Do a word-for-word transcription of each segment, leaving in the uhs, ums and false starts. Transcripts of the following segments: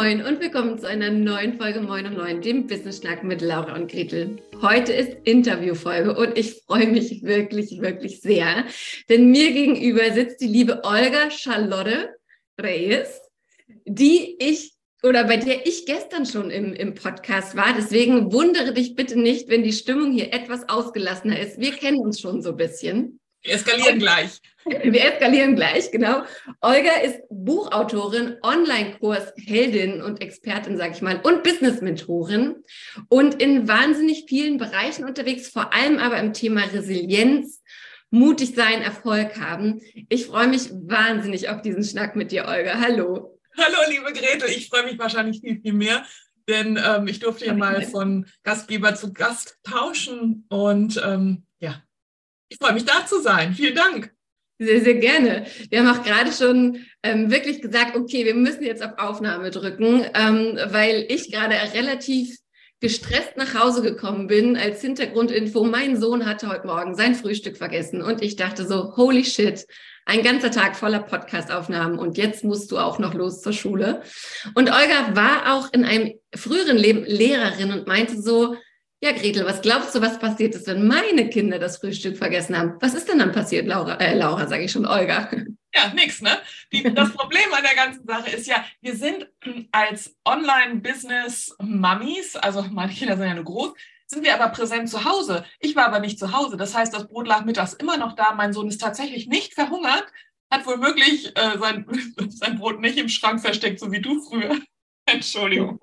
Moin und willkommen zu einer neuen Folge Moin um neun, dem Business Schnack mit Laura und Gretel. Heute ist Interviewfolge und ich freue mich wirklich, wirklich sehr, denn mir gegenüber sitzt die liebe Olga Charlotte Reyes, die ich oder bei der ich gestern schon im, im Podcast war. Deswegen wundere dich bitte nicht, wenn die Stimmung hier etwas ausgelassener ist. Wir kennen uns schon so ein bisschen. Wir eskalieren gleich. Wir eskalieren gleich, genau. Olga ist Buchautorin, Online-Kurs-Heldin und Expertin, sage ich mal, und Business-Mentorin und in wahnsinnig vielen Bereichen unterwegs, vor allem aber im Thema Resilienz, mutig sein, Erfolg haben. Ich freue mich wahnsinnig auf diesen Schnack mit dir, Olga. Hallo. Hallo, liebe Gretel. Ich freue mich wahrscheinlich viel, viel mehr, denn ähm, ich durfte ja mal von Gastgeber zu Gast tauschen und ähm, ja, ich freue mich, da zu sein. Vielen Dank. Sehr, sehr gerne. Wir haben auch gerade schon ähm, wirklich gesagt, okay, wir müssen jetzt auf Aufnahme drücken, ähm, weil ich gerade relativ gestresst nach Hause gekommen bin. Als Hintergrundinfo, mein Sohn hatte heute Morgen sein Frühstück vergessen und ich dachte so, holy shit, ein ganzer Tag voller Podcast-Aufnahmen und jetzt musst du auch noch los zur Schule. Und Olga war auch in einem früheren Leben Lehrerin und meinte so, ja, Gretel, was glaubst du, was passiert ist, wenn meine Kinder das Frühstück vergessen haben? Was ist denn dann passiert, Laura? Äh, Laura, sage ich schon, Olga. Ja, nix, ne? Die, das Problem an der ganzen Sache ist ja, wir sind als Online-Business-Mummies, also meine Kinder sind ja nur groß, sind wir aber präsent zu Hause. Ich war aber nicht zu Hause. Das heißt, das Brot lag mittags immer noch da. Mein Sohn ist tatsächlich nicht verhungert, hat womöglich äh, sein, sein Brot nicht im Schrank versteckt, so wie du früher. Entschuldigung.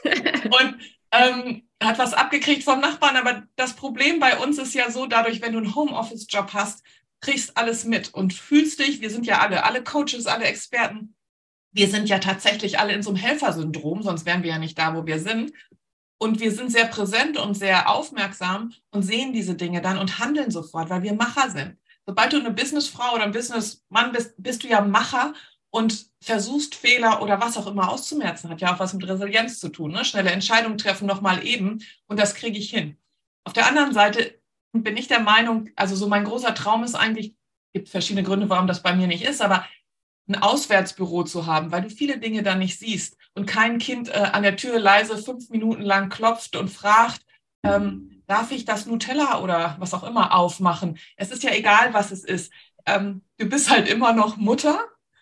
Und ähm, hat was abgekriegt vom Nachbarn, aber das Problem bei uns ist ja so, dadurch, wenn du einen Homeoffice-Job hast, kriegst alles mit und fühlst dich, wir sind ja alle, alle Coaches, alle Experten, wir sind ja tatsächlich alle in so einem Helfersyndrom, sonst wären wir ja nicht da, wo wir sind. Und wir sind sehr präsent und sehr aufmerksam und sehen diese Dinge dann und handeln sofort, weil wir Macher sind. Sobald du eine Businessfrau oder ein Businessmann bist, bist du ja Macher und versuchst Fehler oder was auch immer auszumerzen. Hat ja auch was mit Resilienz zu tun. Ne? Schnelle Entscheidungen treffen nochmal eben und das kriege ich hin. Auf der anderen Seite bin ich der Meinung, also so mein großer Traum ist eigentlich, es gibt verschiedene Gründe, warum das bei mir nicht ist, aber ein Auswärtsbüro zu haben, weil du viele Dinge da nicht siehst und kein Kind äh, an der Tür leise fünf Minuten lang klopft und fragt, ähm, darf ich das Nutella oder was auch immer aufmachen? Es ist ja egal, was es ist. Ähm, du bist halt immer noch Mutter.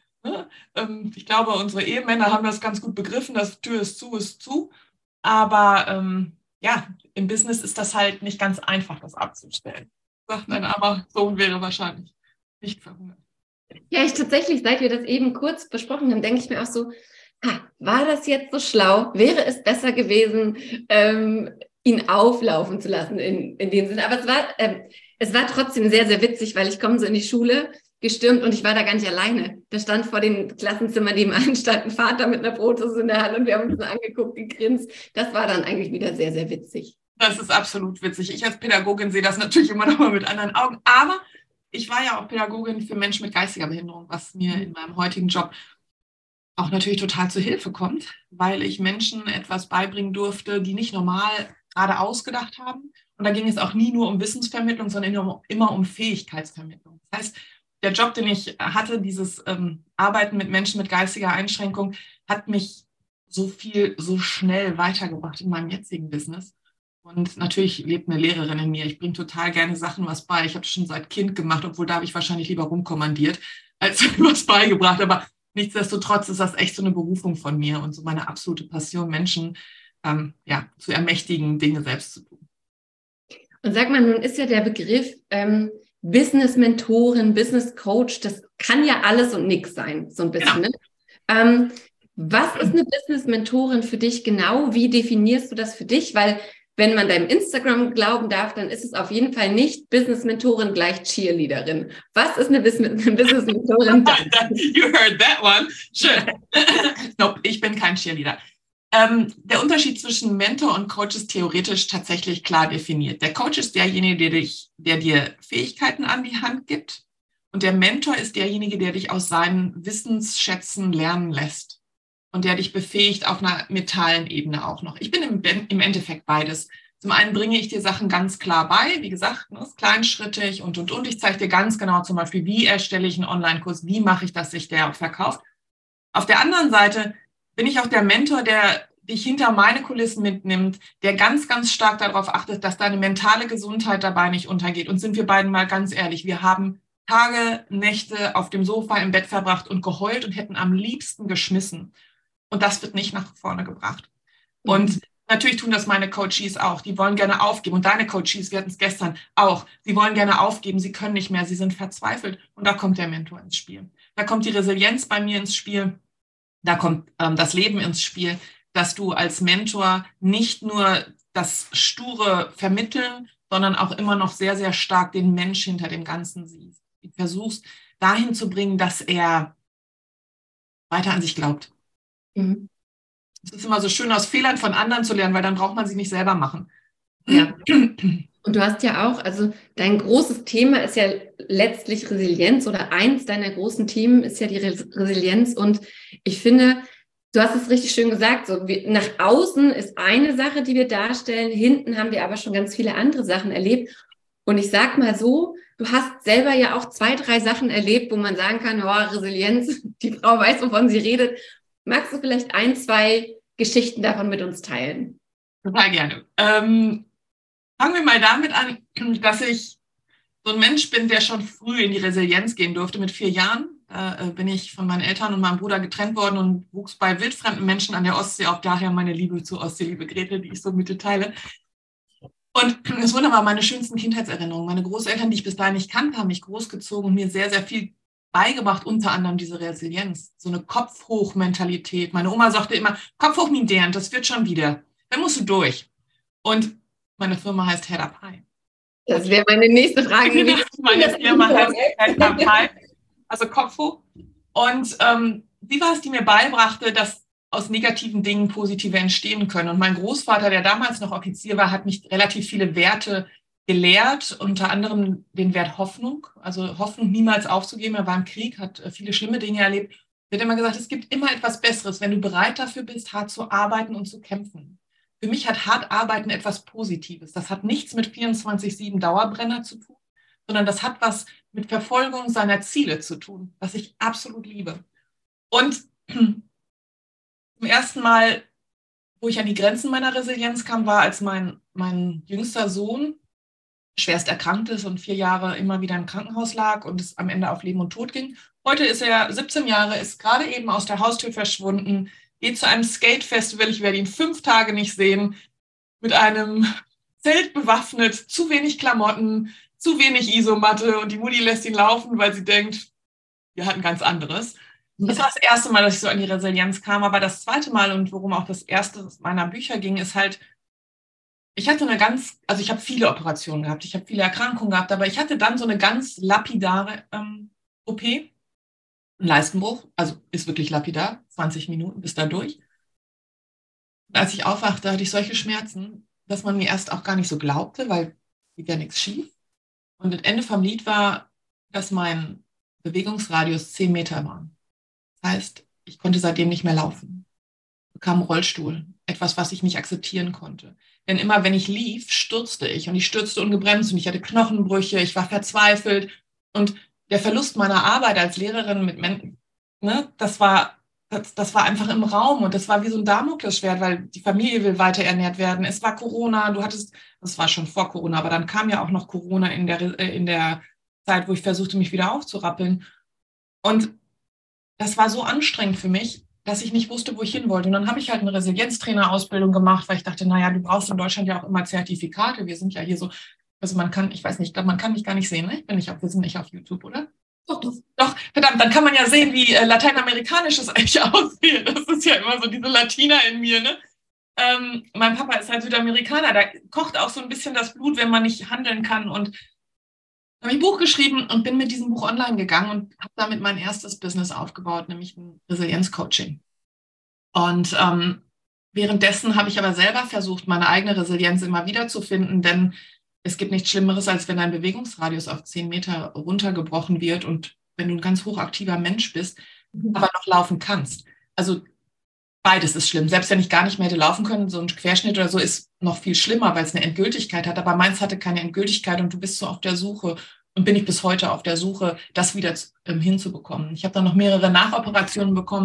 Ich glaube, unsere Ehemänner haben das ganz gut begriffen, dass Tür ist zu, ist zu. Aber ähm, ja, im Business ist das halt nicht ganz einfach, das abzustellen. Sagt ein armer Sohn wäre wahrscheinlich nicht verhungert. Ja, ich tatsächlich, seit wir das eben kurz besprochen haben, denke ich mir auch so, ha, war das jetzt so schlau? Wäre es besser gewesen, ähm, ihn auflaufen zu lassen in, in dem Sinne? Aber es war, ähm, es war trotzdem sehr, sehr witzig, weil ich komme so in die Schule gestürmt und ich war da gar nicht alleine. Da stand vor den Klassenzimmern nebenan stand ein Vater mit einer Brotdose in der Hand und wir haben uns so angeguckt, gegrinst. Das war dann eigentlich wieder sehr, sehr witzig. Das ist absolut witzig. Ich als Pädagogin sehe das natürlich immer noch mal mit anderen Augen. Aber ich war ja auch Pädagogin für Menschen mit geistiger Behinderung, was mir in meinem heutigen Job auch natürlich total zur Hilfe kommt, weil ich Menschen etwas beibringen durfte, die nicht normal gerade ausgedacht haben. Und da ging es auch nie nur um Wissensvermittlung, sondern immer um Fähigkeitsvermittlung. Das heißt, der Job, den ich hatte, dieses ähm, Arbeiten mit Menschen mit geistiger Einschränkung, hat mich so viel, so schnell weitergebracht in meinem jetzigen Business. Und natürlich lebt eine Lehrerin in mir. Ich bringe total gerne Sachen was bei. Ich habe das schon seit Kind gemacht, obwohl da habe ich wahrscheinlich lieber rumkommandiert, als was beigebracht. Aber nichtsdestotrotz ist das echt so eine Berufung von mir und so meine absolute Passion, Menschen ähm, ja, zu ermächtigen, Dinge selbst zu tun. Und sag mal, nun ist ja der Begriff ähm, Business-Mentorin, Business-Coach, das kann ja alles und nichts sein, so ein bisschen. Genau. Ne? Ähm, was ist eine Business-Mentorin für dich genau? Wie definierst du das für dich? Weil wenn man deinem Instagram glauben darf, dann ist es auf jeden Fall nicht Business-Mentorin gleich Cheerleaderin. Was ist eine Business-Mentorin? You heard that one. Schön. Nope, ich bin kein Cheerleader. Ähm, der Unterschied zwischen Mentor und Coach ist theoretisch tatsächlich klar definiert. Der Coach ist derjenige, der, dich, der dir Fähigkeiten an die Hand gibt. Und der Mentor ist derjenige, der dich aus seinen Wissensschätzen lernen lässt. Und der dich befähigt auf einer mentalen Ebene auch noch. Ich bin im, im Endeffekt beides. Zum einen bringe ich dir Sachen ganz klar bei, wie gesagt, ne, kleinschrittig und, und, und. Ich zeige dir ganz genau zum Beispiel, wie erstelle ich einen Online-Kurs, wie mache ich, dass sich der auch verkauft. Auf der anderen Seite bin ich auch der Mentor, der dich hinter meine Kulissen mitnimmt, der ganz, ganz stark darauf achtet, dass deine mentale Gesundheit dabei nicht untergeht. Und sind wir beiden mal ganz ehrlich, wir haben Tage, Nächte auf dem Sofa im Bett verbracht und geheult und hätten am liebsten geschmissen. Und das wird nicht nach vorne gebracht. Mhm. Und natürlich tun das meine Coaches auch. Die wollen gerne aufgeben. Und deine Coaches, wir hatten es gestern auch, sie wollen gerne aufgeben, sie können nicht mehr, sie sind verzweifelt. Und da kommt der Mentor ins Spiel. Da kommt die Resilienz bei mir ins Spiel. Da kommt ähm, das Leben ins Spiel, dass du als Mentor nicht nur das sture Vermitteln, sondern auch immer noch sehr, sehr stark den Mensch hinter dem Ganzen siehst. Du versuchst dahin zu bringen, dass er weiter an sich glaubt. Mhm. Es ist immer so schön, aus Fehlern von anderen zu lernen, weil dann braucht man sie nicht selber machen. Ja. Und du hast ja auch, also dein großes Thema ist ja letztlich Resilienz oder eins deiner großen Themen ist ja die Resilienz. Und ich finde, du hast es richtig schön gesagt, so wie, nach außen ist eine Sache, die wir darstellen, hinten haben wir aber schon ganz viele andere Sachen erlebt. Und ich sag mal so, du hast selber ja auch zwei, drei Sachen erlebt, wo man sagen kann, oh, Resilienz, die Frau weiß, wovon sie redet. Magst du vielleicht ein, zwei Geschichten davon mit uns teilen? Total gerne. Ähm, fangen wir mal damit an, dass ich so ein Mensch bin, der schon früh in die Resilienz gehen durfte. Mit vier Jahren Da äh, bin ich von meinen Eltern und meinem Bruder getrennt worden und wuchs bei wildfremden Menschen an der Ostsee auf. Daher meine Liebe zur Ostsee, liebe Grete, die ich so mit dir teile. Und es wurden aber meine schönsten Kindheitserinnerungen. Meine Großeltern, die ich bis dahin nicht kannte, haben mich großgezogen und mir sehr, sehr viel beigebracht, unter anderem diese Resilienz, so eine Kopf-hoch-Mentalität. Meine Oma sagte immer, Kopf hoch, mein Dern, das wird schon wieder. Dann musst du durch. Und meine Firma heißt Head Up High. Das wäre meine nächste Frage gewesen. Meine Firma heißt Head Up High, also Kopf hoch. Und ähm, sie war es, die mir beibrachte, dass aus negativen Dingen positive entstehen können. Und mein Großvater, der damals noch Offizier war, hat mich relativ viele Werte gelehrt, unter anderem den Wert Hoffnung, also Hoffnung niemals aufzugeben. Er war im Krieg, hat viele schlimme Dinge erlebt. Er hat immer gesagt, es gibt immer etwas Besseres, wenn du bereit dafür bist, hart zu arbeiten und zu kämpfen. Für mich hat hart arbeiten etwas Positives. Das hat nichts mit vierundzwanzig sieben Dauerbrenner zu tun, sondern das hat was mit Verfolgung seiner Ziele zu tun, was ich absolut liebe. Und zum ersten Mal, wo ich an die Grenzen meiner Resilienz kam, war, als mein, mein jüngster Sohn schwerst erkrankt ist und vier Jahre immer wieder im Krankenhaus lag und es am Ende auf Leben und Tod ging. Heute ist er siebzehn Jahre, ist gerade eben aus der Haustür verschwunden, geht zu einem Skate-Festival, ich werde ihn fünf Tage nicht sehen, mit einem Zelt bewaffnet, zu wenig Klamotten, zu wenig Isomatte und die Mutti lässt ihn laufen, weil sie denkt, wir hatten ganz anderes. Das war das erste Mal, dass ich so an die Resilienz kam, aber das zweite Mal und worum auch das erste meiner Bücher ging, ist halt, ich hatte eine ganz, also ich habe viele Operationen gehabt, ich habe viele Erkrankungen gehabt, aber ich hatte dann so eine ganz lapidare ähm, O P, ein Leistenbruch, also ist wirklich lapidar, zwanzig Minuten bis da durch. Und als ich aufwachte, hatte ich solche Schmerzen, dass man mir erst auch gar nicht so glaubte, weil geht ja nichts schief. Und das Ende vom Lied war, dass mein Bewegungsradius zehn Meter war. Das heißt, ich konnte seitdem nicht mehr laufen. Ich bekam einen Rollstuhl, etwas, was ich nicht akzeptieren konnte. Denn immer, wenn ich lief, stürzte ich und ich stürzte ungebremst und ich hatte Knochenbrüche, ich war verzweifelt und der Verlust meiner Arbeit als Lehrerin mit Menschen, ne, das war, das, das war einfach im Raum und das war wie so ein Damoklesschwert, weil die Familie will weiter ernährt werden. Es war Corona, du hattest, das war schon vor Corona, aber dann kam ja auch noch Corona in der, in der Zeit, wo ich versuchte, mich wieder aufzurappeln. Und das war so anstrengend für mich, dass ich nicht wusste, wo ich hin wollte. Und dann habe ich halt eine Resilienztrainerausbildung gemacht, weil ich dachte, naja, du brauchst in Deutschland ja auch immer Zertifikate. Wir sind ja hier so, also man kann, ich weiß nicht, ich glaube, man kann mich gar nicht sehen, ne? Ich bin nicht auf, wir sind nicht auf YouTube, oder? Doch, doch. Doch, verdammt, dann kann man ja sehen, wie äh, lateinamerikanisch es eigentlich aussieht. Das ist ja immer so diese Latina in mir, ne? Ähm, mein Papa ist halt Südamerikaner, da kocht auch so ein bisschen das Blut, wenn man nicht handeln kann. Und habe ich ein Buch geschrieben und bin mit diesem Buch online gegangen und habe damit mein erstes Business aufgebaut, nämlich ein Resilienz-Coaching. Und ähm, währenddessen habe ich aber selber versucht, meine eigene Resilienz immer wieder zu finden, denn es gibt nichts Schlimmeres, als wenn dein Bewegungsradius auf zehn Meter runtergebrochen wird und wenn du ein ganz hochaktiver Mensch bist, mhm. aber noch laufen kannst. Also beides ist schlimm. Selbst wenn ich gar nicht mehr hätte laufen können, so ein Querschnitt oder so ist noch viel schlimmer, weil es eine Endgültigkeit hat. Aber meins hatte keine Endgültigkeit und du bist so auf der Suche und bin ich bis heute auf der Suche, das wieder ähm, hinzubekommen. Ich habe dann noch mehrere Nachoperationen bekommen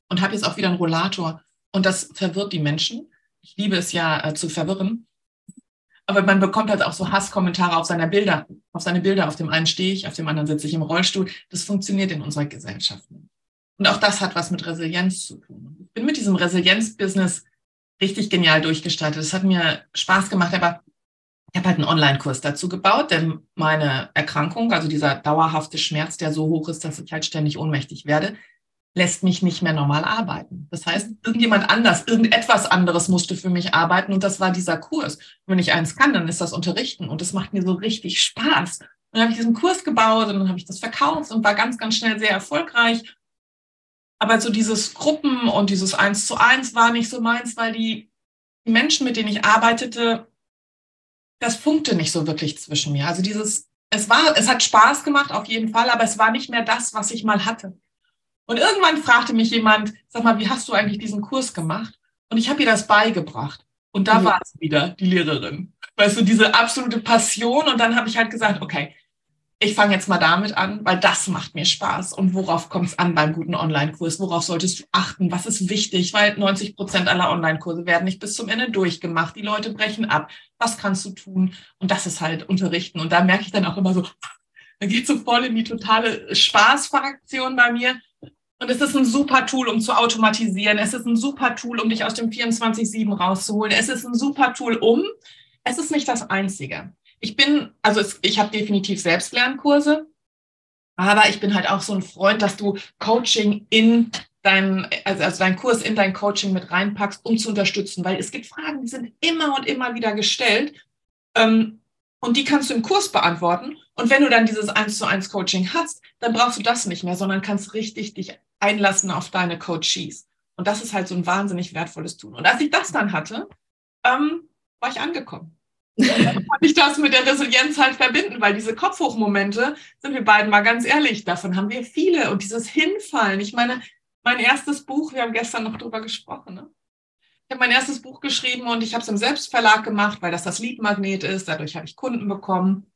und habe jetzt auch wieder einen Rollator. Und das verwirrt die Menschen. Ich liebe es ja äh, zu verwirren. Aber man bekommt halt auch so Hasskommentare auf seine Bilder, auf seine Bilder. Auf dem einen stehe ich, auf dem anderen sitze ich im Rollstuhl. Das funktioniert in unserer Gesellschaft nicht. Und auch das hat was mit Resilienz zu tun. Ich bin mit diesem Resilienz-Business richtig genial durchgestartet. Es hat mir Spaß gemacht, aber ich habe halt einen Online-Kurs dazu gebaut, denn meine Erkrankung, also dieser dauerhafte Schmerz, der so hoch ist, dass ich halt ständig ohnmächtig werde, lässt mich nicht mehr normal arbeiten. Das heißt, irgendjemand anders, irgendetwas anderes musste für mich arbeiten und das war dieser Kurs. Und wenn ich eins kann, dann ist das Unterrichten und das macht mir so richtig Spaß. Und dann habe ich diesen Kurs gebaut und dann habe ich das verkauft und war ganz, ganz schnell sehr erfolgreich. Aber so dieses Gruppen und dieses Eins zu Eins war nicht so meins, weil die Menschen, mit denen ich arbeitete, das funkte nicht so wirklich zwischen mir. Also dieses, es war, es hat Spaß gemacht auf jeden Fall, aber es war nicht mehr das, was ich mal hatte. Und irgendwann fragte mich jemand, sag mal, wie hast du eigentlich diesen Kurs gemacht? Und ich habe ihr das beigebracht. Und da mhm. war es wieder, die Lehrerin. Weißt du, diese absolute Passion. Und dann habe ich halt gesagt, okay, ich fange jetzt mal damit an, weil das macht mir Spaß. Und worauf kommt es an beim guten Online-Kurs? Worauf solltest du achten? Was ist wichtig? Weil neunzig Prozent aller Online-Kurse werden nicht bis zum Ende durchgemacht. Die Leute brechen ab. Was kannst du tun? Und das ist halt Unterrichten. Und da merke ich dann auch immer so, da geht so voll in die totale Spaßfraktion bei mir. Und es ist ein super Tool, um zu automatisieren. Es ist ein super Tool, um dich aus dem vierundzwanzig sieben rauszuholen. Es ist ein super Tool, um, es ist nicht das Einzige. Ich bin, also es, ich habe definitiv Selbstlernkurse, aber ich bin halt auch so ein Freund, dass du Coaching in dein, also, also deinen Kurs in dein Coaching mit reinpackst, um zu unterstützen, weil es gibt Fragen, die sind immer und immer wieder gestellt ähm, und die kannst du im Kurs beantworten. Und wenn du dann dieses eins zu eins Coaching hast, dann brauchst du das nicht mehr, sondern kannst richtig dich einlassen auf deine Coaches. Und das ist halt so ein wahnsinnig wertvolles Tool. Und als ich das dann hatte, ähm, war ich angekommen. Und dann konnte ich das mit der Resilienz halt verbinden, weil diese Kopfhochmomente, sind wir beiden mal ganz ehrlich, davon haben wir viele. Und dieses Hinfallen, ich meine, mein erstes Buch, wir haben gestern noch drüber gesprochen, ne? Ich habe mein erstes Buch geschrieben und ich habe es im Selbstverlag gemacht, weil das das Leadmagnet ist. Dadurch habe ich Kunden bekommen.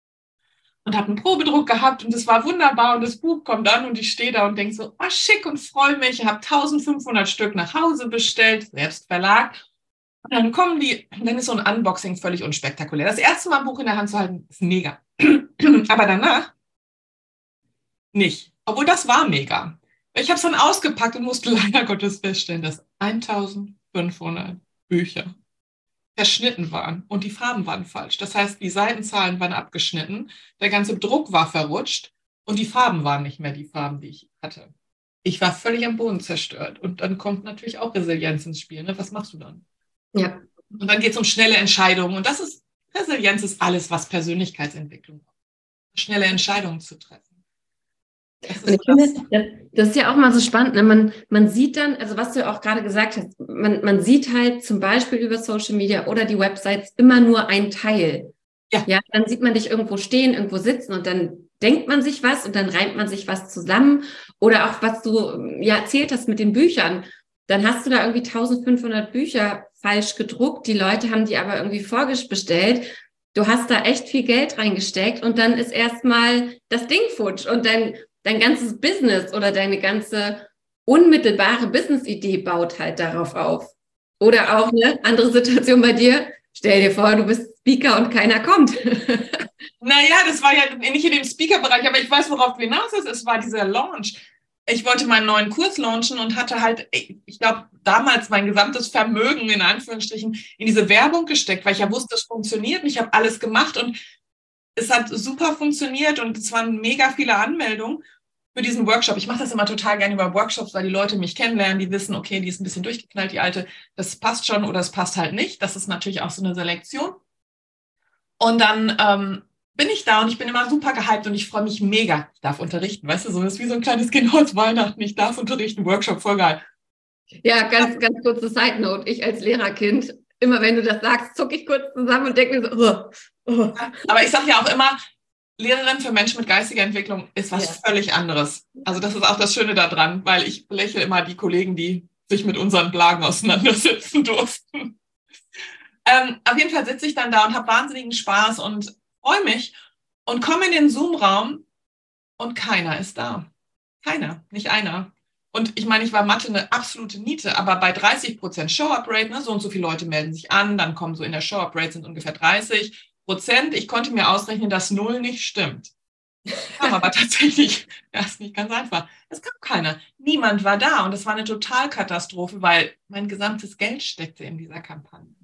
Und habe einen Probedruck gehabt und es war wunderbar und das Buch kommt an und ich stehe da und denke so, oh schick und freue mich, ich habe eintausendfünfhundert Stück nach Hause bestellt, Selbstverlag. Und dann kommen die, dann ist so ein Unboxing völlig unspektakulär. Das erste Mal ein Buch in der Hand zu halten, ist mega. Aber danach nicht. Obwohl das war mega. Ich habe es dann ausgepackt und musste leider Gottes feststellen, dass eintausendfünfhundert Bücher verschnitten waren und die Farben waren falsch. Das heißt, die Seitenzahlen waren abgeschnitten, der ganze Druck war verrutscht und die Farben waren nicht mehr die Farben, die ich hatte. Ich war völlig am Boden zerstört und dann kommt natürlich auch Resilienz ins Spiel. Ne? Was machst du dann? Ja. Und dann geht es um schnelle Entscheidungen und das ist, Resilienz ist alles, was Persönlichkeitsentwicklung macht. Schnelle Entscheidungen zu treffen. Und ich finde, das, das ist ja auch mal so spannend. Ne? Man, man sieht dann, also was du ja auch gerade gesagt hast, man, man sieht halt zum Beispiel über Social Media oder die Websites immer nur einen Teil. Ja. Ja, dann sieht man dich irgendwo stehen, irgendwo sitzen und dann denkt man sich was und dann reimt man sich was zusammen. Oder auch, was du ja erzählt hast mit den Büchern. Dann hast du da irgendwie eintausendfünfhundert Bücher falsch gedruckt. Die Leute haben die aber irgendwie vorbestellt. Du hast da echt viel Geld reingesteckt und dann ist erstmal das Ding futsch und dann dein ganzes Business oder deine ganze unmittelbare Business-Idee baut halt darauf auf. Oder auch eine andere Situation bei dir. Stell dir vor, du bist Speaker und keiner kommt. Naja, das war ja nicht in dem Speaker-Bereich, aber ich weiß, worauf du hinaus ist. Es war dieser Launch. Ich wollte meinen neuen Kurs launchen und hatte halt, ich glaube, damals mein gesamtes Vermögen in Anführungsstrichen in diese Werbung gesteckt, weil ich ja wusste, es funktioniert und ich habe alles gemacht und es hat super funktioniert und es waren mega viele Anmeldungen für diesen Workshop. Ich mache das immer total gerne über Workshops, weil die Leute mich kennenlernen, die wissen, okay, die ist ein bisschen durchgeknallt, die Alte, das passt schon oder es passt halt nicht. Das ist natürlich auch so eine Selektion. Und dann ähm, bin ich da und ich bin immer super gehypt und ich freue mich mega. Ich darf unterrichten, weißt du, so das ist wie so ein kleines Kind aus Weihnachten. Ich darf unterrichten, Workshop, voll geil. Ja, ganz, ganz kurze Side Note. Ich als Lehrerkind, immer wenn du das sagst, zucke ich kurz zusammen und denke mir so, oh, oh. Aber ich sage ja auch immer, Lehrerin für Menschen mit geistiger Entwicklung ist was ja. völlig anderes. Also das ist auch das Schöne daran, weil ich lächle immer die Kollegen, die sich mit unseren Blagen auseinandersetzen durften. Ähm, auf jeden Fall sitze ich dann da und habe wahnsinnigen Spaß und freue mich und komme in den Zoom-Raum und keiner ist da. Keiner, nicht einer. Und ich meine, ich war Mathe eine absolute Niete, aber bei dreißig Prozent Show-Up-Rate, ne, so und so viele Leute melden sich an, dann kommen so in der Show-Up-Rate sind ungefähr dreißig Prozent. Ich konnte mir ausrechnen, dass null nicht stimmt. Kam aber tatsächlich erst nicht ganz einfach. Es kam keiner. Niemand war da und es war eine Totalkatastrophe, weil mein gesamtes Geld steckte in dieser Kampagne.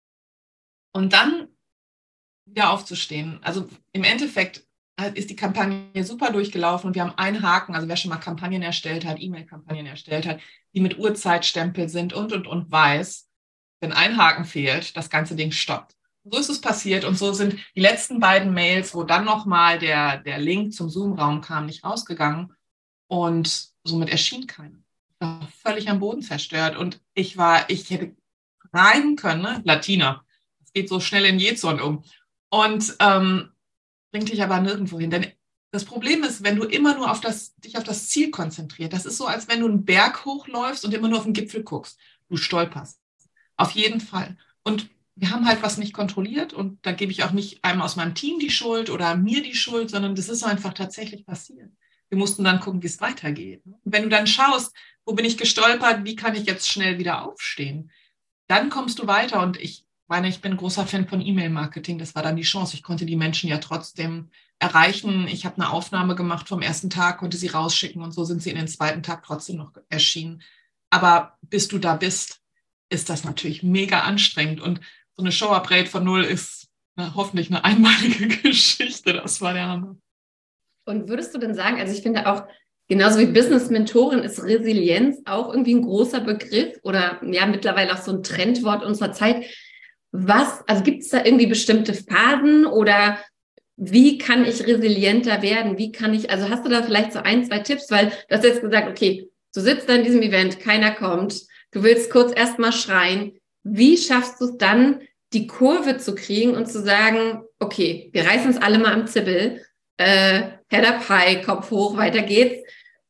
Und dann wieder aufzustehen. Also im Endeffekt ist die Kampagne super durchgelaufen und wir haben einen Haken, also wer schon mal Kampagnen erstellt hat, E-Mail-Kampagnen erstellt hat, die mit Uhrzeitstempel sind und, und, und weiß, wenn ein Haken fehlt, das ganze Ding stoppt. So ist es passiert und so sind die letzten beiden Mails, wo dann nochmal der, der Link zum Zoom-Raum kam, nicht rausgegangen und somit erschien keiner. Ich war völlig am Boden zerstört und ich war, ich hätte reiben können, ne? Latina. Es geht so schnell in Jezorn um. Und ähm, bringt dich aber nirgendwo hin. Denn das Problem ist, wenn du immer nur auf das, dich auf das Ziel konzentrierst, das ist so, als wenn du einen Berg hochläufst und immer nur auf den Gipfel guckst. Du stolperst. Auf jeden Fall. Und wir haben halt was nicht kontrolliert und da gebe ich auch nicht einem aus meinem Team die Schuld oder mir die Schuld, sondern das ist einfach tatsächlich passiert. Wir mussten dann gucken, wie es weitergeht. Und wenn du dann schaust, wo bin ich gestolpert, wie kann ich jetzt schnell wieder aufstehen, dann kommst du weiter. Und ich meine, ich bin ein großer Fan von E-Mail-Marketing. Das war dann die Chance. Ich konnte die Menschen ja trotzdem erreichen. Ich habe eine Aufnahme gemacht vom ersten Tag, konnte sie rausschicken und so sind sie in den zweiten Tag trotzdem noch erschienen. Aber bis du da bist, ist das natürlich mega anstrengend. Und so eine Show-Up-Rate von null ist na, hoffentlich eine einmalige Geschichte. Das war der Hammer. Und würdest du denn sagen, also ich finde auch, genauso wie Business-Mentorin ist Resilienz auch irgendwie ein großer Begriff oder ja mittlerweile auch so ein Trendwort unserer Zeit. Was, also gibt es da irgendwie bestimmte Phasen oder wie kann ich resilienter werden? Wie kann ich, also hast du da vielleicht so ein, zwei Tipps? Weil du hast jetzt gesagt, okay, du sitzt da in diesem Event, keiner kommt, du willst kurz erstmal schreien. Wie schaffst du es dann, die Kurve zu kriegen und zu sagen, okay, wir reißen uns alle mal am Zibbel, äh, Head up high, Kopf hoch, weiter geht's.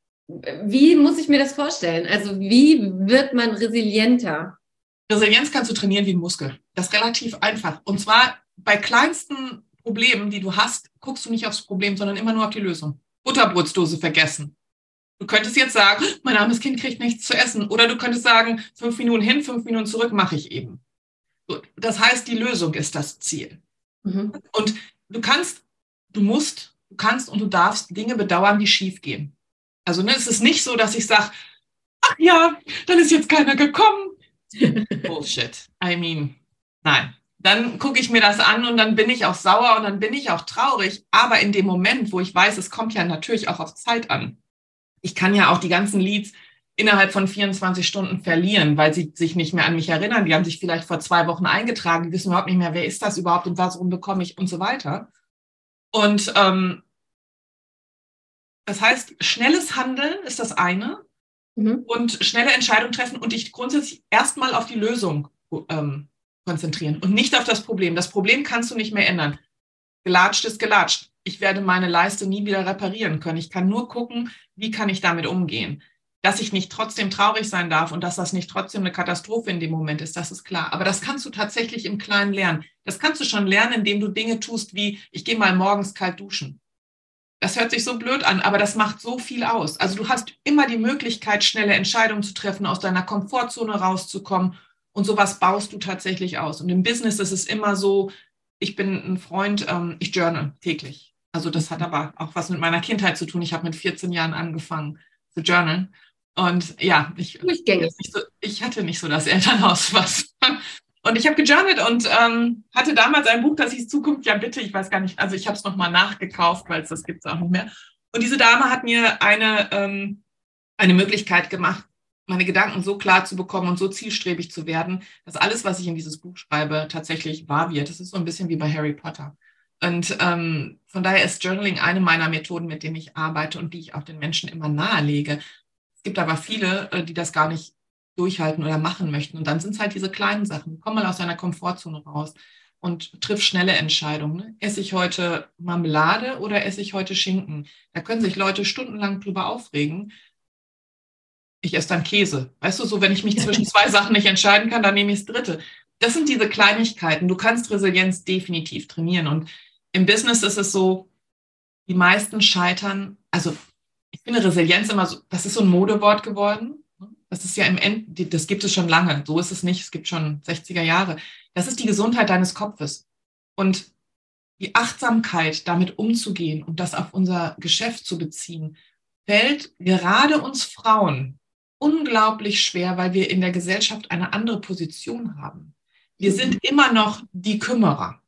Wie muss ich mir das vorstellen? Also wie wird man resilienter? Resilienz kannst du trainieren wie ein Muskel. Das ist relativ einfach. Und zwar bei kleinsten Problemen, die du hast, guckst du nicht aufs Problem, sondern immer nur auf die Lösung. Butterbrotsdose vergessen. Du könntest jetzt sagen, mein armes Kind kriegt nichts zu essen. Oder du könntest sagen, fünf Minuten hin, fünf Minuten zurück mache ich eben. Das heißt, die Lösung ist das Ziel. Mhm. Und du kannst, du musst, du kannst und du darfst Dinge bedauern, die schief gehen. Also ne, es ist nicht so, dass ich sage, ach ja, dann ist jetzt keiner gekommen. Bullshit. I mean, nein. Dann gucke ich mir das an und dann bin ich auch sauer und dann bin ich auch traurig. Aber in dem Moment, wo ich weiß, es kommt ja natürlich auch auf Zeit an. Ich kann ja auch die ganzen Leads innerhalb von vierundzwanzig Stunden verlieren, weil sie sich nicht mehr an mich erinnern. Die haben sich vielleicht vor zwei Wochen eingetragen, die wissen überhaupt nicht mehr, wer ist das überhaupt und warum bekomme ich und so weiter. Und ähm, das heißt, schnelles Handeln ist das eine. Mhm. Und schnelle Entscheidungen treffen und dich grundsätzlich erstmal auf die Lösung ähm, konzentrieren und nicht auf das Problem. Das Problem kannst du nicht mehr ändern. Gelatscht ist gelatscht. Ich werde meine Leiste nie wieder reparieren können. Ich kann nur gucken, wie kann ich damit umgehen. Dass ich nicht trotzdem traurig sein darf und dass das nicht trotzdem eine Katastrophe in dem Moment ist, das ist klar. Aber das kannst du tatsächlich im Kleinen lernen. Das kannst du schon lernen, indem du Dinge tust wie, ich gehe mal morgens kalt duschen. Das hört sich so blöd an, aber das macht so viel aus. Also du hast immer die Möglichkeit, schnelle Entscheidungen zu treffen, aus deiner Komfortzone rauszukommen und sowas baust du tatsächlich aus. Und im Business ist es immer so, ich bin ein Freund, ähm, ich journal täglich. Also das hat aber auch was mit meiner Kindheit zu tun. Ich habe mit vierzehn Jahren angefangen zu journalen. Und ja, ich, nicht so, ich hatte nicht so das Elternhaus, was... Und ich habe gejournalt und ähm, hatte damals ein Buch, das hieß Zukunft, ja bitte, ich weiß gar nicht, also ich habe es nochmal nachgekauft, weil es das gibt es auch nicht mehr. Und diese Dame hat mir eine, ähm, eine Möglichkeit gemacht, meine Gedanken so klar zu bekommen und so zielstrebig zu werden, dass alles, was ich in dieses Buch schreibe, tatsächlich wahr wird. Das ist so ein bisschen wie bei Harry Potter. Und ähm, von daher ist Journaling eine meiner Methoden, mit denen ich arbeite und die ich auch den Menschen immer nahelege. Es gibt aber viele, die das gar nicht durchhalten oder machen möchten. Und dann sind es halt diese kleinen Sachen. Komm mal aus deiner Komfortzone raus und triff schnelle Entscheidungen. Ne? Esse ich heute Marmelade oder esse ich heute Schinken? Da können sich Leute stundenlang drüber aufregen. Ich esse dann Käse. Weißt du, so wenn ich mich zwischen zwei Sachen nicht entscheiden kann, dann nehme ich das dritte. Das sind diese Kleinigkeiten. Du kannst Resilienz definitiv trainieren. Und im Business ist es so, die meisten scheitern, also ich finde Resilienz immer so, das ist so ein Modewort geworden. Das ist ja im End, das gibt es schon lange. So ist es nicht. Es gibt schon sechziger Jahre. Das ist die Gesundheit deines Kopfes. Und die Achtsamkeit, damit umzugehen und das auf unser Geschäft zu beziehen, fällt gerade uns Frauen unglaublich schwer, weil wir in der Gesellschaft eine andere Position haben. Wir sind immer noch die Kümmerer.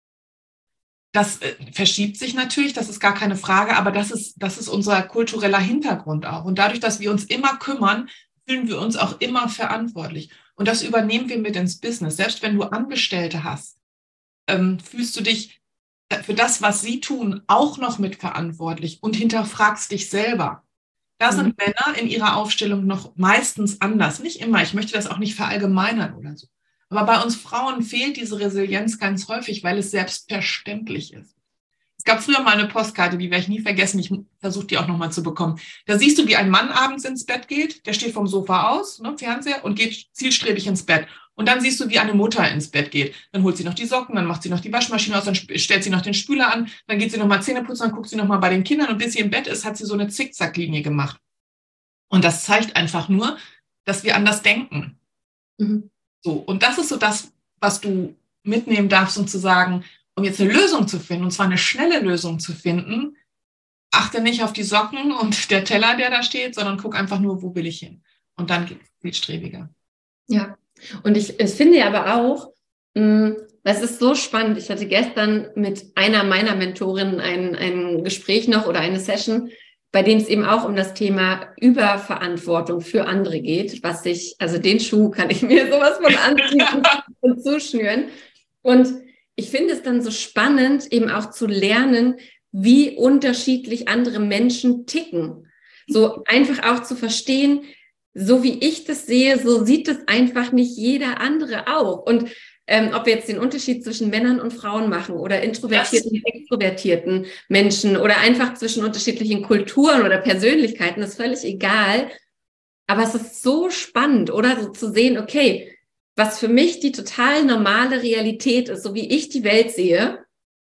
Das äh, verschiebt sich natürlich, das ist gar keine Frage, aber das ist, das ist unser kultureller Hintergrund auch. Und dadurch, dass wir uns immer kümmern, fühlen wir uns auch immer verantwortlich. Und das übernehmen wir mit ins Business. Selbst wenn du Angestellte hast, ähm, fühlst du dich für das, was sie tun, auch noch mitverantwortlich und hinterfragst dich selber. Da sind mhm. Männer in ihrer Aufstellung noch meistens anders. Nicht immer, ich möchte das auch nicht verallgemeinern oder so. Aber bei uns Frauen fehlt diese Resilienz ganz häufig, weil es selbstverständlich ist. Es gab früher mal eine Postkarte, die werde ich nie vergessen. Ich versuche die auch nochmal zu bekommen. Da siehst du, wie ein Mann abends ins Bett geht. Der steht vom Sofa aus, ne, Fernseher, und geht zielstrebig ins Bett. Und dann siehst du, wie eine Mutter ins Bett geht. Dann holt sie noch die Socken, dann macht sie noch die Waschmaschine aus, dann stellt sie noch den Spüler an, dann geht sie nochmal Zähne putzen, dann guckt sie nochmal bei den Kindern. Und bis sie im Bett ist, hat sie so eine Zickzacklinie gemacht. Und das zeigt einfach nur, dass wir anders denken. Mhm. So, und das ist so das, was du mitnehmen darfst, um zu sagen, um jetzt eine Lösung zu finden, und zwar eine schnelle Lösung zu finden, achte nicht auf die Socken und der Teller, der da steht, sondern guck einfach nur, wo will ich hin. Und dann geht es zielstrebiger. Ja, und ich, ich finde aber auch, mh, das ist so spannend. Ich hatte gestern mit einer meiner Mentorinnen ein, ein Gespräch noch oder eine Session, bei dem es eben auch um das Thema Überverantwortung für andere geht, was ich, also den Schuh kann ich mir sowas von anziehen und zuschnüren. Und ich finde es dann so spannend, eben auch zu lernen, wie unterschiedlich andere Menschen ticken. So einfach auch zu verstehen, so wie ich das sehe, so sieht es einfach nicht jeder andere auch. Und ähm, ob wir jetzt den Unterschied zwischen Männern und Frauen machen oder introvertierten und extrovertierten Menschen oder einfach zwischen unterschiedlichen Kulturen oder Persönlichkeiten, ist völlig egal. Aber es ist so spannend, oder? So zu sehen, okay, was für mich die total normale Realität ist, so wie ich die Welt sehe,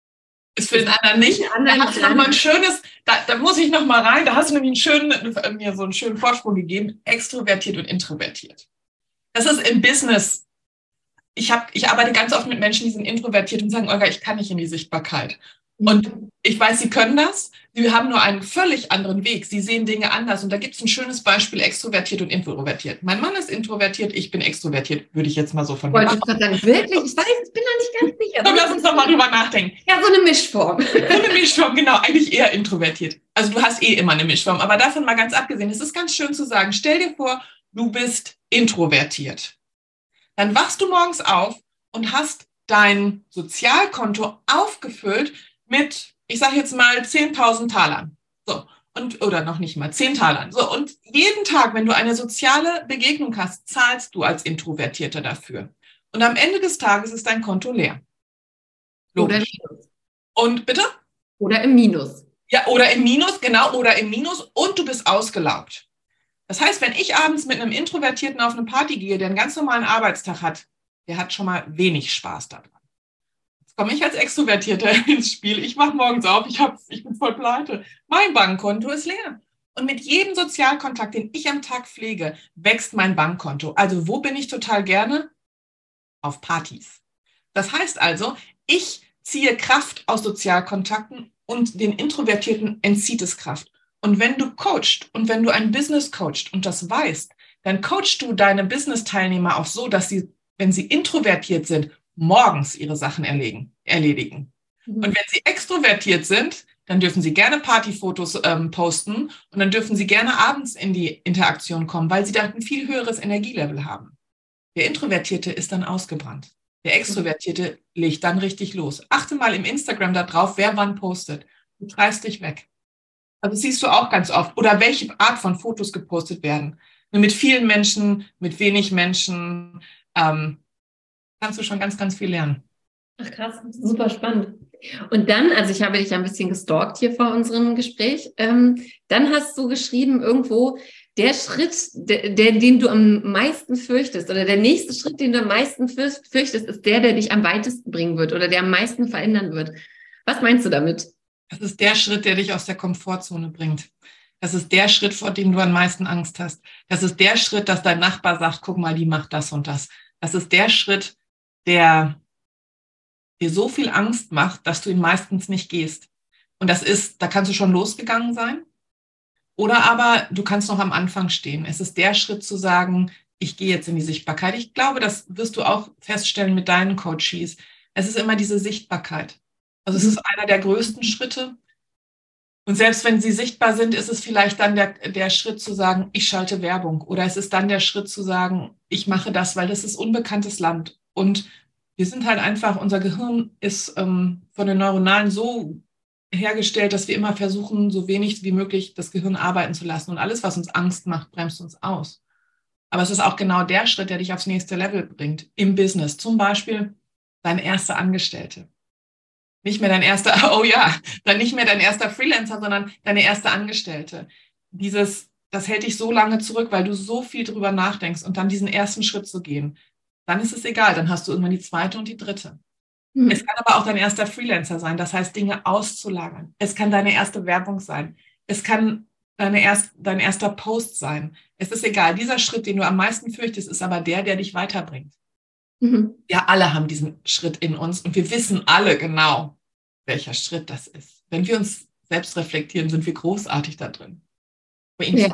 ist für den anderen nicht. Da hast du noch mal ein schönes, da, da muss ich noch mal rein, da hast du nämlich einen schönen, mir so einen schönen Vorsprung gegeben, extrovertiert und introvertiert. Das ist im Business. Ich, hab, ich arbeite ganz oft mit Menschen, die sind introvertiert und sagen, Olga, ich kann nicht in die Sichtbarkeit. Und ich weiß, sie können das. Sie haben nur einen völlig anderen Weg. Sie sehen Dinge anders. Und da gibt es ein schönes Beispiel, extrovertiert und introvertiert. Mein Mann ist introvertiert, ich bin extrovertiert, würde ich jetzt mal so von mir machen. Wollte ich sagen, wirklich? Ich weiß, ich bin da nicht ganz sicher. Komm, lass uns doch mal drüber nachdenken. Ja, so eine Mischform. So eine Mischform, genau. Eigentlich eher introvertiert. Also du hast eh immer eine Mischform. Aber davon mal ganz abgesehen, es ist ganz schön zu sagen, stell dir vor, du bist introvertiert. Dann wachst du morgens auf und hast dein Sozialkonto aufgefüllt mit, ich sage jetzt mal, zehntausend Talern. So, und, oder noch nicht mal, zehn Talern. So, und jeden Tag, wenn du eine soziale Begegnung hast, zahlst du als Introvertierter dafür. Und am Ende des Tages ist dein Konto leer. Logisch. Oder im Minus. Und bitte? Oder im Minus. Ja, oder im Minus, genau, oder im Minus, und du bist ausgelaugt. Das heißt, wenn ich abends mit einem Introvertierten auf eine Party gehe, der einen ganz normalen Arbeitstag hat, der hat schon mal wenig Spaß daran. Jetzt komme ich als Extrovertierter ins Spiel. Ich mache morgens auf, ich, hab, ich bin voll pleite. Mein Bankkonto ist leer. Und mit jedem Sozialkontakt, den ich am Tag pflege, wächst mein Bankkonto. Also wo bin ich total gerne? Auf Partys. Das heißt also, ich ziehe Kraft aus Sozialkontakten und den Introvertierten entzieht es Kraft. Und wenn du coachst und wenn du ein Business coachst und das weißt, dann coachst du deine Business-Teilnehmer auch so, dass sie, wenn sie introvertiert sind, morgens ihre Sachen erledigen. erledigen. Mhm. Und wenn sie extrovertiert sind, dann dürfen sie gerne Partyfotos ähm, posten und dann dürfen sie gerne abends in die Interaktion kommen, weil sie da ein viel höheres Energielevel haben. Der Introvertierte ist dann ausgebrannt. Der Extrovertierte legt dann richtig los. Achte mal im Instagram da drauf, wer wann postet. Du treibst dich weg. Also das siehst du auch ganz oft. Oder welche Art von Fotos gepostet werden. Mit vielen Menschen, mit wenig Menschen. Ähm, kannst du schon ganz, ganz viel lernen. Ach krass, super spannend. Und dann, also ich habe dich ein bisschen gestalkt hier vor unserem Gespräch, ähm, dann hast du geschrieben irgendwo, der Schritt, der, der, den du am meisten fürchtest oder der nächste Schritt, den du am meisten fürchtest, ist der, der dich am weitesten bringen wird oder der am meisten verändern wird. Was meinst du damit? Das ist der Schritt, der dich aus der Komfortzone bringt. Das ist der Schritt, vor dem du am meisten Angst hast. Das ist der Schritt, dass dein Nachbar sagt, guck mal, die macht das und das. Das ist der Schritt, der dir so viel Angst macht, dass du ihn meistens nicht gehst. Und das ist, da kannst du schon losgegangen sein. Oder aber du kannst noch am Anfang stehen. Es ist der Schritt zu sagen, ich gehe jetzt in die Sichtbarkeit. Ich glaube, das wirst du auch feststellen mit deinen Coaches. Es ist immer diese Sichtbarkeit. Also es ist einer der größten Schritte. Und selbst wenn sie sichtbar sind, ist es vielleicht dann der, der Schritt zu sagen, ich schalte Werbung. Oder es ist dann der Schritt zu sagen, ich mache das, weil das ist unbekanntes Land. Und wir sind halt einfach, unser Gehirn ist ähm, von den Neuronalen so hergestellt, dass wir immer versuchen, so wenig wie möglich das Gehirn arbeiten zu lassen. Und alles, was uns Angst macht, bremst uns aus. Aber es ist auch genau der Schritt, der dich aufs nächste Level bringt im Business. Zum Beispiel dein erster Angestellte. Nicht mehr dein erster, oh ja, dann nicht mehr dein erster Freelancer, sondern deine erste Angestellte. Dieses, das hält dich so lange zurück, weil du so viel drüber nachdenkst und dann diesen ersten Schritt zu gehen. Dann ist es egal, dann hast du irgendwann die zweite und die dritte. Mhm. Es kann aber auch dein erster Freelancer sein, das heißt, Dinge auszulagern. Es kann deine erste Werbung sein. Es kann deine erst, dein erster Post sein. Es ist egal, dieser Schritt, den du am meisten fürchtest, ist aber der, der dich weiterbringt. Mhm. Wir alle haben diesen Schritt in uns und wir wissen alle genau, welcher Schritt das ist. Wenn wir uns selbst reflektieren, sind wir großartig da drin. Ja.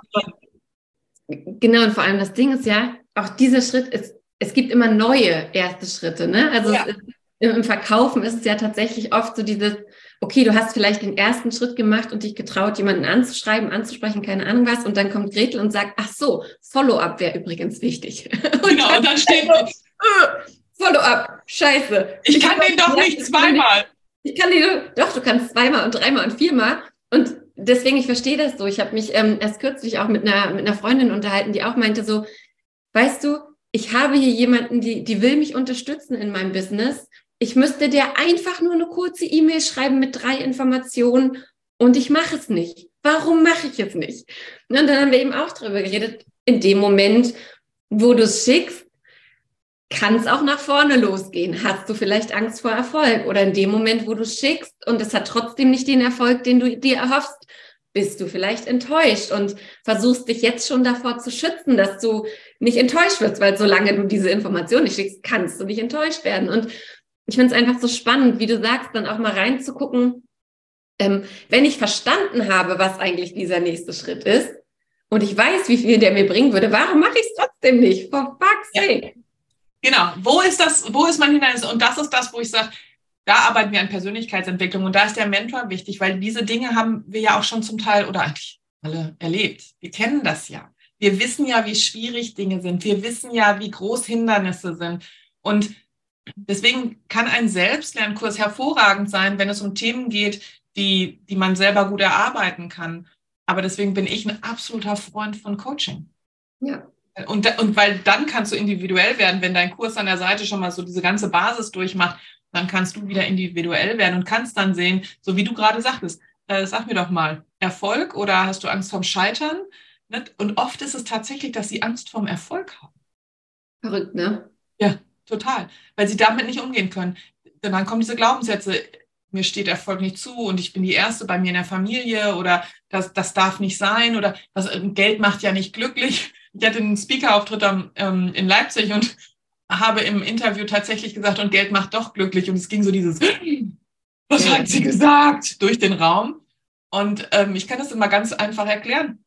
Genau, und vor allem das Ding ist ja, auch dieser Schritt ist, es gibt immer neue erste Schritte, ne? Also ja. es ist, im Verkaufen ist es ja tatsächlich oft so dieses, okay, du hast vielleicht den ersten Schritt gemacht und dich getraut, jemanden anzuschreiben, anzusprechen, keine Ahnung was, und dann kommt Gretel und sagt, ach so, Follow-up wäre übrigens wichtig. Und genau, dann, und dann steht so, äh, Follow-up, scheiße. Ich, ich kann den doch nicht zweimal. Ich kann den, doch, du kannst zweimal und dreimal und viermal. Und deswegen, ich verstehe das so. Ich habe mich ähm, erst kürzlich auch mit einer, mit einer Freundin unterhalten, die auch meinte so, weißt du, ich habe hier jemanden, die, die will mich unterstützen in meinem Business. Ich müsste dir einfach nur eine kurze E-Mail schreiben mit drei Informationen und ich mache es nicht. Warum mache ich es nicht? Und dann haben wir eben auch darüber geredet, in dem Moment, wo du es schickst, kann es auch nach vorne losgehen. Hast du vielleicht Angst vor Erfolg? Oder in dem Moment, wo du es schickst und es hat trotzdem nicht den Erfolg, den du dir erhoffst, bist du vielleicht enttäuscht und versuchst dich jetzt schon davor zu schützen, dass du nicht enttäuscht wirst, weil solange du diese Information nicht schickst, kannst du nicht enttäuscht werden. Und ich finde es einfach so spannend, wie du sagst, dann auch mal reinzugucken, ähm, wenn ich verstanden habe, was eigentlich dieser nächste Schritt ist und ich weiß, wie viel der mir bringen würde, warum mache ich es trotzdem nicht? For fuck's sake. Ja. Genau, wo ist das, wo ist mein Hindernis? Und das ist das, wo ich sage, da arbeiten wir an Persönlichkeitsentwicklung und da ist der Mentor wichtig, weil diese Dinge haben wir ja auch schon zum Teil oder eigentlich alle erlebt. Wir kennen das ja. Wir wissen ja, wie schwierig Dinge sind. Wir wissen ja, wie groß Hindernisse sind. Und deswegen kann ein Selbstlernkurs hervorragend sein, wenn es um Themen geht, die, die man selber gut erarbeiten kann. Aber deswegen bin ich ein absoluter Freund von Coaching. Ja. Und, und weil dann kannst du individuell werden, wenn dein Kurs an der Seite schon mal so diese ganze Basis durchmacht, dann kannst du wieder individuell werden und kannst dann sehen, so wie du gerade sagtest, äh, sag mir doch mal, Erfolg oder hast du Angst vorm Scheitern? Ne? Und oft ist es tatsächlich, dass sie Angst vorm Erfolg haben. Verrückt, ne? Ja, total, weil sie damit nicht umgehen können. Denn dann kommen diese Glaubenssätze, mir steht Erfolg nicht zu und ich bin die Erste bei mir in der Familie oder das, das darf nicht sein oder das, Geld macht ja nicht glücklich. Ich hatte einen Speaker-Auftritt am, ähm, in Leipzig und habe im Interview tatsächlich gesagt, und Geld macht doch glücklich. Und es ging so dieses, was ja. hat sie gesagt, durch den Raum. Und ähm, ich kann das immer ganz einfach erklären.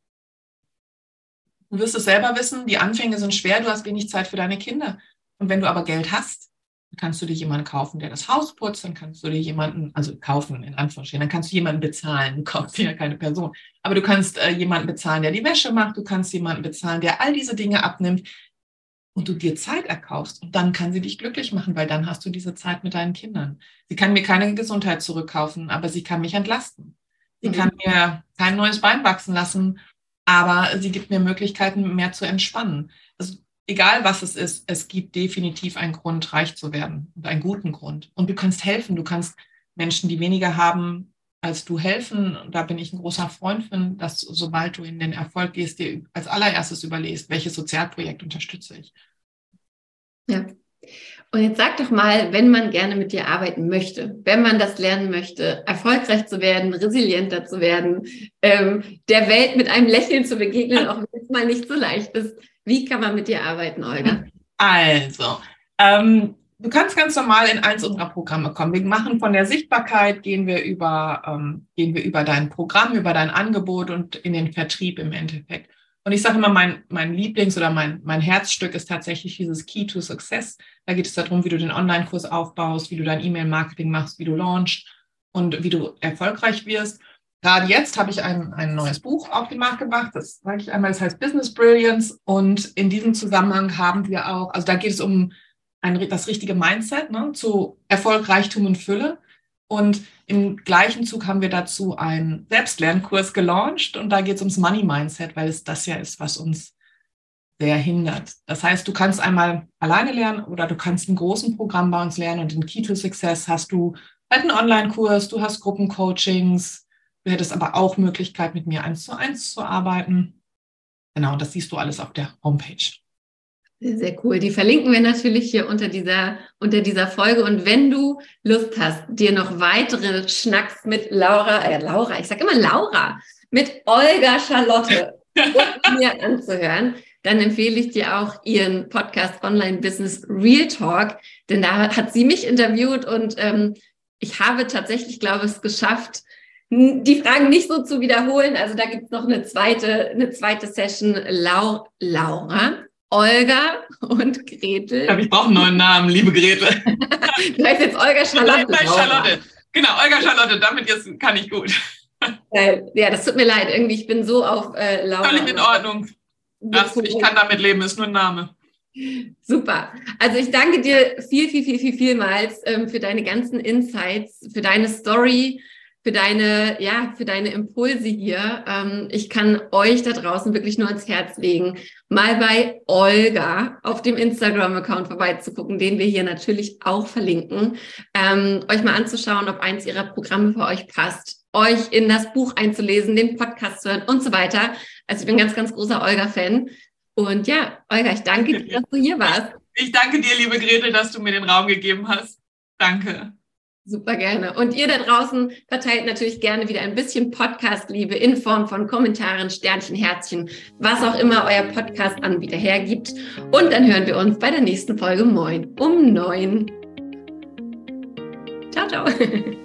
Du wirst es selber wissen, die Anfänge sind schwer, du hast wenig Zeit für deine Kinder. Und wenn du aber Geld hast, dann kannst du dir jemanden kaufen, der das Haus putzt, dann kannst du dir jemanden, also kaufen in Anführungsstrichen, dann kannst du jemanden bezahlen, du kaufst dir ja keine Person, aber du kannst äh, jemanden bezahlen, der die Wäsche macht, du kannst jemanden bezahlen, der all diese Dinge abnimmt und du dir Zeit erkaufst und dann kann sie dich glücklich machen, weil dann hast du diese Zeit mit deinen Kindern. Sie kann mir keine Gesundheit zurückkaufen, aber sie kann mich entlasten. Sie mhm. kann mir kein neues Bein wachsen lassen, aber sie gibt mir Möglichkeiten, mehr zu entspannen. Also egal was es ist, es gibt definitiv einen Grund, reich zu werden und einen guten Grund. Und du kannst helfen, du kannst Menschen, die weniger haben als du, helfen. Und da bin ich ein großer Freund von, dass sobald du in den Erfolg gehst, dir als allererstes überlegst, welches Sozialprojekt unterstütze ich. Ja. Und jetzt sag doch mal, wenn man gerne mit dir arbeiten möchte, wenn man das lernen möchte, erfolgreich zu werden, resilienter zu werden, ähm, der Welt mit einem Lächeln zu begegnen, auch wenn es mal nicht so leicht ist, wie kann man mit dir arbeiten, Olga? Also, ähm, du kannst ganz normal in eins unserer Programme kommen. Wir machen von der Sichtbarkeit, gehen wir über, ähm, gehen wir über dein Programm, über dein Angebot und in den Vertrieb im Endeffekt. Und ich sage immer, mein, mein Lieblings- oder mein, mein Herzstück ist tatsächlich dieses Key to Success. Da geht es darum, wie du den Online-Kurs aufbaust, wie du dein E-Mail-Marketing machst, wie du launchst und wie du erfolgreich wirst. Gerade jetzt habe ich ein, ein neues Buch auf den Markt gebracht. Das sage ich einmal, das heißt Business Brilliance. Und in diesem Zusammenhang haben wir auch, also da geht es um ein, das richtige Mindset, ne, zu Erfolg, Reichtum und Fülle. Und im gleichen Zug haben wir dazu einen Selbstlernkurs gelauncht und da geht es ums Money Mindset, weil es das ja ist, was uns sehr hindert. Das heißt, du kannst einmal alleine lernen oder du kannst ein großes Programm bei uns lernen und in Key to Success hast du halt einen Online-Kurs, du hast Gruppencoachings, du hättest aber auch Möglichkeit, mit mir eins zu eins zu arbeiten. Genau, das siehst du alles auf der Homepage. Sehr, sehr cool. Die verlinken wir natürlich hier unter dieser, unter dieser Folge. Und wenn du Lust hast, dir noch weitere Schnacks mit Laura, äh, Laura, ich sage immer Laura, mit Olga Charlotte und mir anzuhören, dann empfehle ich dir auch ihren Podcast Online Business Real Talk, denn da hat sie mich interviewt und ähm, ich habe tatsächlich, glaube ich, es geschafft, die Fragen nicht so zu wiederholen. Also da gibt es noch eine zweite, eine zweite Session. Lau- Laura, Olga und Gretel. Ich glaube, ich brauche einen neuen Namen, liebe Gretel. Du heißt jetzt Olga Charlotte. Nein, Charlotte. Genau, Olga Charlotte, damit jetzt kann ich gut. Ja, das tut mir leid. Irgendwie, ich bin so auf äh, Laura. Völlig in Ordnung. Das, ich kann damit leben, ist nur ein Name. Super. Also ich danke dir viel, viel, viel, viel, vielmals ähm, für deine ganzen Insights, für deine Story, für deine, ja, für deine Impulse hier. Ähm, ich kann euch da draußen wirklich nur ans Herz legen, mal bei Olga auf dem Instagram-Account vorbeizugucken, den wir hier natürlich auch verlinken, ähm, euch mal anzuschauen, ob eins ihrer Programme für euch passt, euch in das Buch einzulesen, den Podcast zu hören und so weiter. Also ich bin ein ganz, ganz großer Olga-Fan. Und ja, Olga, ich danke dir, dass du hier warst. Ich danke dir, liebe Gretel, dass du mir den Raum gegeben hast. Danke. Super gerne. Und ihr da draußen verteilt natürlich gerne wieder ein bisschen Podcast-Liebe in Form von Kommentaren, Sternchen, Herzchen, was auch immer euer Podcast-Anbieter hergibt. Und dann hören wir uns bei der nächsten Folge Moin um neun. Ciao, ciao.